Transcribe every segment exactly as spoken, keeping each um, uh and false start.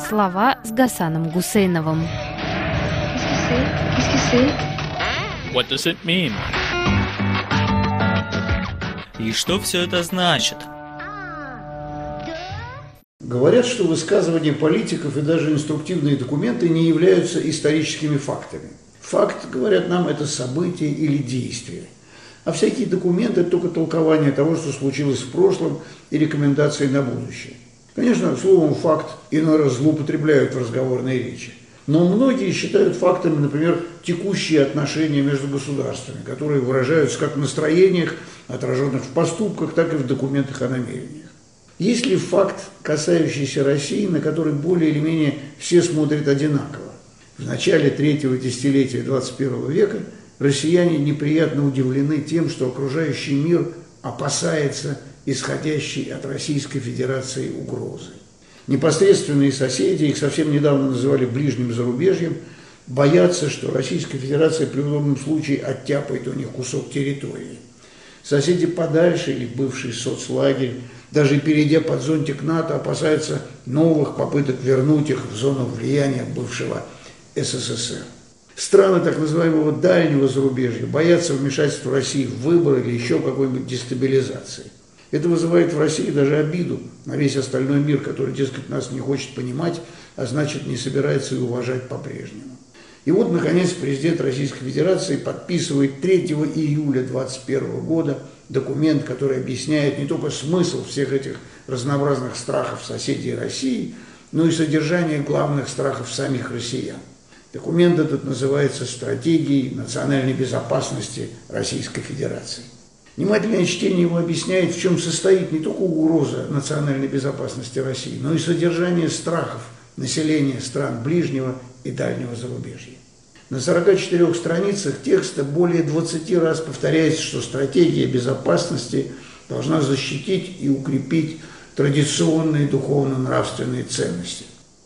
Слова с Гасаном Гусейновым. What does it mean? И что все это значит? Говорят, что высказывания политиков и даже инструктивные документы не являются историческими фактами. Факт, говорят нам, это событие или действие. А всякие документы – это только толкование того, что случилось в прошлом, и рекомендации на будущее. Конечно, словом «факт» иной раз злоупотребляют в разговорной речи. Но многие считают фактами, например, текущие отношения между государствами, которые выражаются как в настроениях, отраженных в поступках, так и в документах о намерениях. Есть ли факт, касающийся России, на который более или менее все смотрят одинаково? В начале третьего десятилетия двадцать первого века россияне неприятно удивлены тем, что окружающий мир опасается исходящей от Российской Федерации угрозы. Непосредственные соседи, их совсем недавно называли ближним зарубежьем, боятся, что Российская Федерация при удобном случае оттяпает у них кусок территории. Соседи подальше или бывший соцлагерь, даже перейдя под зонтик НАТО, опасаются новых попыток вернуть их в зону влияния бывшего СССР. Страны так называемого дальнего зарубежья боятся вмешательства России в выборы или еще какой-нибудь дестабилизации. Это вызывает в России даже обиду на весь остальной мир, который, дескать, нас не хочет понимать, а значит, не собирается и уважать по-прежнему. И вот, наконец, президент Российской Федерации подписывает третьего июля двадцать первого года документ, который объясняет не только смысл всех этих разнообразных страхов соседей России, но и содержание главных страхов самих россиян. Документ этот называется «Стратегией национальной безопасности Российской Федерации». Внимательное чтение его объясняет, в чем состоит не только угроза национальной безопасности России, но и содержание страхов населения стран ближнего и дальнего зарубежья. На сорока четырёх страницах текста более двадцати раз повторяется, что стратегия безопасности должна защитить и укрепить традиционные духовно-нравственные ценности.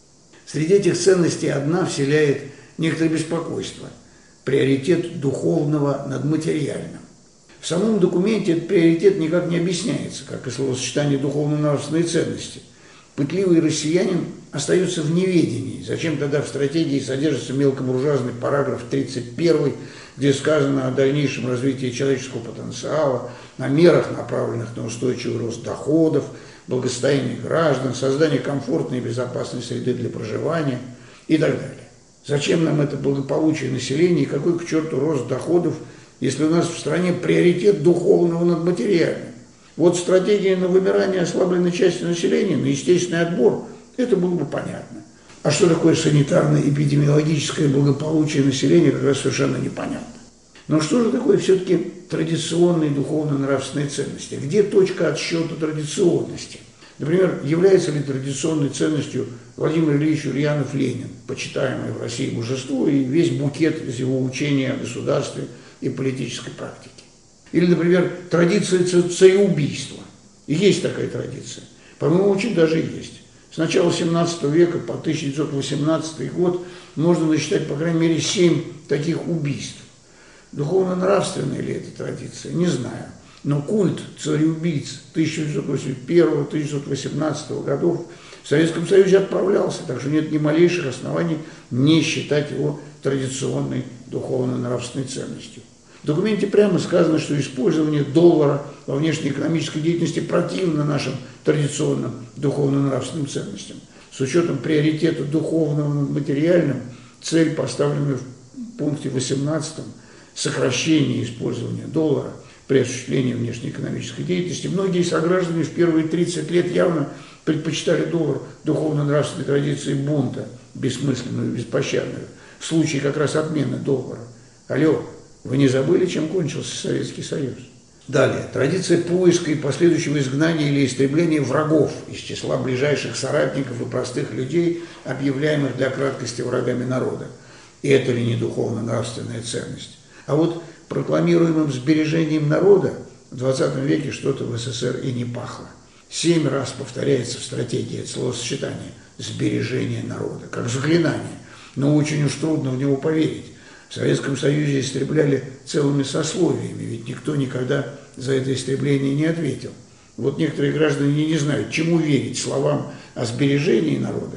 Среди этих ценностей одна вселяет некоторое беспокойство – приоритет духовного над материальным. В самом документе этот приоритет никак не объясняется, как и словосочетание духовно-нравственные ценности. Пытливый россиянин остается в неведении. Зачем тогда в стратегии содержится мелкобуржуазный параграф тридцать первый, где сказано о дальнейшем развитии человеческого потенциала, о мерах, направленных на устойчивый рост доходов, благосостояние граждан, создание комфортной и безопасной среды для проживания и так далее. Зачем нам это благополучие населения и какой к черту рост доходов, если у нас в стране приоритет духовного над материальным? Вот стратегия на вымирание ослабленной части населения, на естественный отбор, это было бы понятно. А что такое санитарно-эпидемиологическое благополучие населения, как раз совершенно непонятно. Но что же такое все-таки традиционные духовно-нравственные ценности? Где точка отсчета традиционности? Например, является ли традиционной ценностью Владимир Ильич Ульянов-Ленин, почитаемое в России божество, и весь букет из его учения о государстве и политической практике? Или, например, традиция цареубийства. И есть такая традиция. По-моему, очень даже есть. С начала семнадцатого века по тысяча девятьсот восемнадцатый год можно насчитать, по крайней мере, семь таких убийств. Духовно-нравственная ли это традиция, не знаю. Но культ цареубийц тысяча девятьсот восемьдесят первого — тысяча девятьсот восемнадцатого годов в Советском Союзе отправлялся, так что нет ни малейших оснований не считать его традиционной духовно-нравственной ценностью. В документе прямо сказано, что использование доллара во внешнеэкономической деятельности противно нашим традиционным духовно-нравственным ценностям. С учетом приоритета духовного над материальным, цель, поставленная в пункте восемнадцатом, сокращение использования доллара при осуществлении внешнеэкономической деятельности, многие сограждане в первые тридцать лет явно предпочитали доллар духовно-нравственной традиции бунта, бессмысленную и беспощадную, в случае как раз отмены доллара. Алло, вы не забыли, чем кончился Советский Союз? Далее. Традиция поиска и последующего изгнания или истребления врагов из числа ближайших соратников и простых людей, объявляемых для краткости врагами народа. И это ли не духовно-нравственная ценность? А вот прокламируемым сбережением народа в двадцатом веке что-то в СССР и не пахло. Семь раз повторяется в стратегии это словосочетание «сбережение народа», как заклинание, но очень уж трудно в него поверить. В Советском Союзе истребляли целыми сословиями, ведь никто никогда за это истребление не ответил. Вот некоторые граждане не знают, чему верить, словам о сбережении народа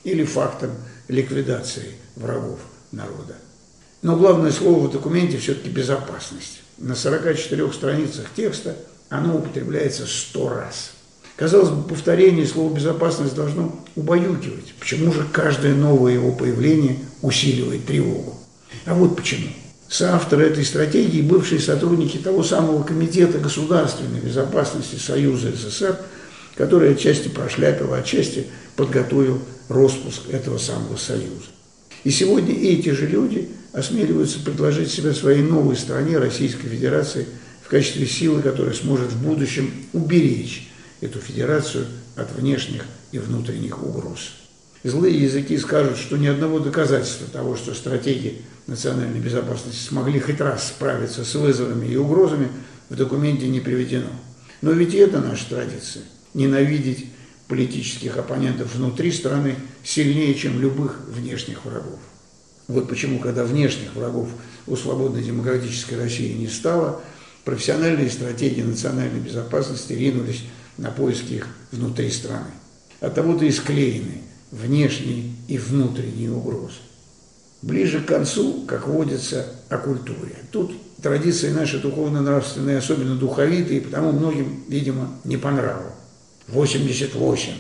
или фактом ликвидации врагов народа. Но главное слово в документе все-таки безопасность. На сорока четырёх страницах текста оно употребляется сто раз. Казалось бы, повторение слова «безопасность» должно убаюкивать. Почему же каждое новое его появление усиливает тревогу? А вот почему. Соавторы этой стратегии – бывшие сотрудники того самого Комитета государственной безопасности Союза СССР, который отчасти прошляпил, а отчасти подготовил распуск этого самого Союза. И сегодня эти же люди осмеливаются предложить себя своей новой стране, Российской Федерации, в качестве силы, которая сможет в будущем уберечь эту федерацию от внешних и внутренних угроз. Злые языки скажут, что ни одного доказательства того, что стратегии национальной безопасности смогли хоть раз справиться с вызовами и угрозами, в документе не приведено. Но ведь и это наша традиция – ненавидеть политических оппонентов внутри страны сильнее, чем любых внешних врагов. Вот почему, когда внешних врагов у свободной демократической России не стало, профессиональные стратегии национальной безопасности ринулись на поиски их внутри страны. Оттого-то и склеены внешние и внутренние угрозы. Ближе к концу, как водится, о культуре. Тут традиции наши духовно-нравственные особенно духовитые, потому многим, видимо, не по нраву. восемьдесят восемь.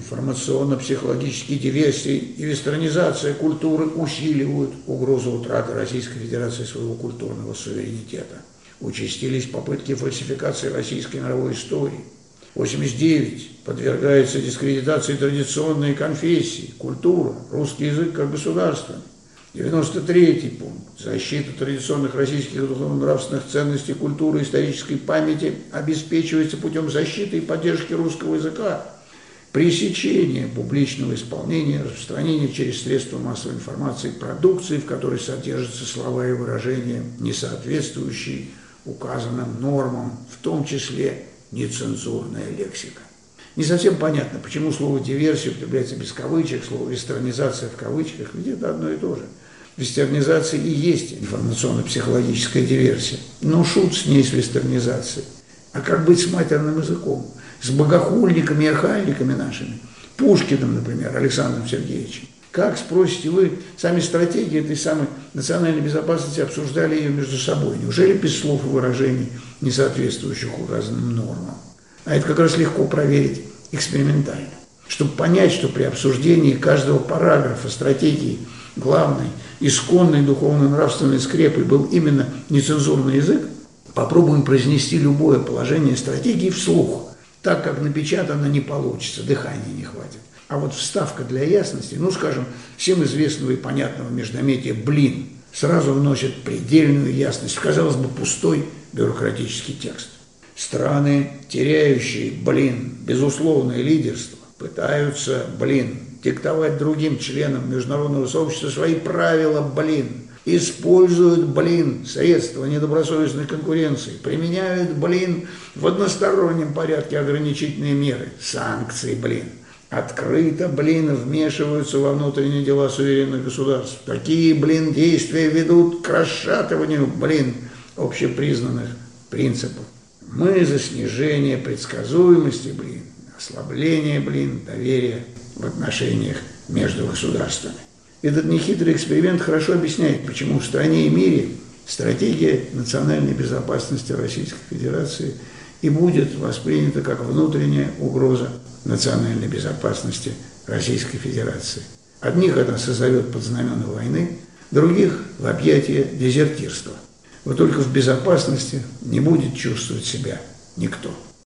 Информационно-психологические диверсии и вестернизация культуры усиливают угрозу утраты Российской Федерации своего культурного суверенитета. Участились попытки фальсификации российской мировой истории. восемьдесят девять. Подвергается дискредитации традиционные конфессии, культура, русский язык как государственный. девяносто третий пункт. Защита традиционных российских духовно-нравственных ценностей, культуры, исторической памяти обеспечивается путем защиты и поддержки русского языка. Пресечение публичного исполнения, распространения через средства массовой информации продукции, в которой содержатся слова и выражения, не соответствующие указанным нормам, в том числе нецензурная лексика. Не совсем понятно, почему слово «диверсия» употребляется без кавычек, слово «вестернизация» в кавычках, ведь это одно и то же. Вестернизация и есть информационно-психологическая диверсия, но шут с ней, с вестернизацией. А как быть с матерным языком? С богохульниками и охальниками нашими? Пушкиным, например, Александром Сергеевичем. Как, спросите вы, сами стратегии этой самой национальной безопасности обсуждали ее между собой? Неужели без слов и выражений, не соответствующих указанным нормам? А это как раз легко проверить экспериментально. Чтобы понять, что при обсуждении каждого параграфа стратегии главной, исконной духовно-нравственной скрепой был именно нецензурный язык, попробуем произнести любое положение стратегии вслух. Так, как напечатано, не получится, дыхания не хватит. А вот вставка для ясности, ну, скажем, всем известного и понятного междометия «блин», сразу вносит предельную ясность в, казалось бы, пустой бюрократический текст. Страны, теряющие, блин, безусловное лидерство, пытаются, блин, диктовать другим членам международного сообщества свои правила, блин, используют, блин, средства недобросовестной конкуренции, применяют, блин, в одностороннем порядке ограничительные меры, санкции, блин, открыто, блин, вмешиваются во внутренние дела суверенных государств. Такие, блин, действия ведут к расшатыванию, блин, общепризнанных принципов. Мы за снижение предсказуемости, блин, ослабление, блин, доверия в отношениях между государствами. Этот нехитрый эксперимент хорошо объясняет, почему в стране и мире стратегия национальной безопасности Российской Федерации и будет воспринята как внутренняя угроза национальной безопасности Российской Федерации. Одних она созовет под знамена войны, других – в объятия дезертирства. Вот только в безопасности не будет чувствовать себя никто.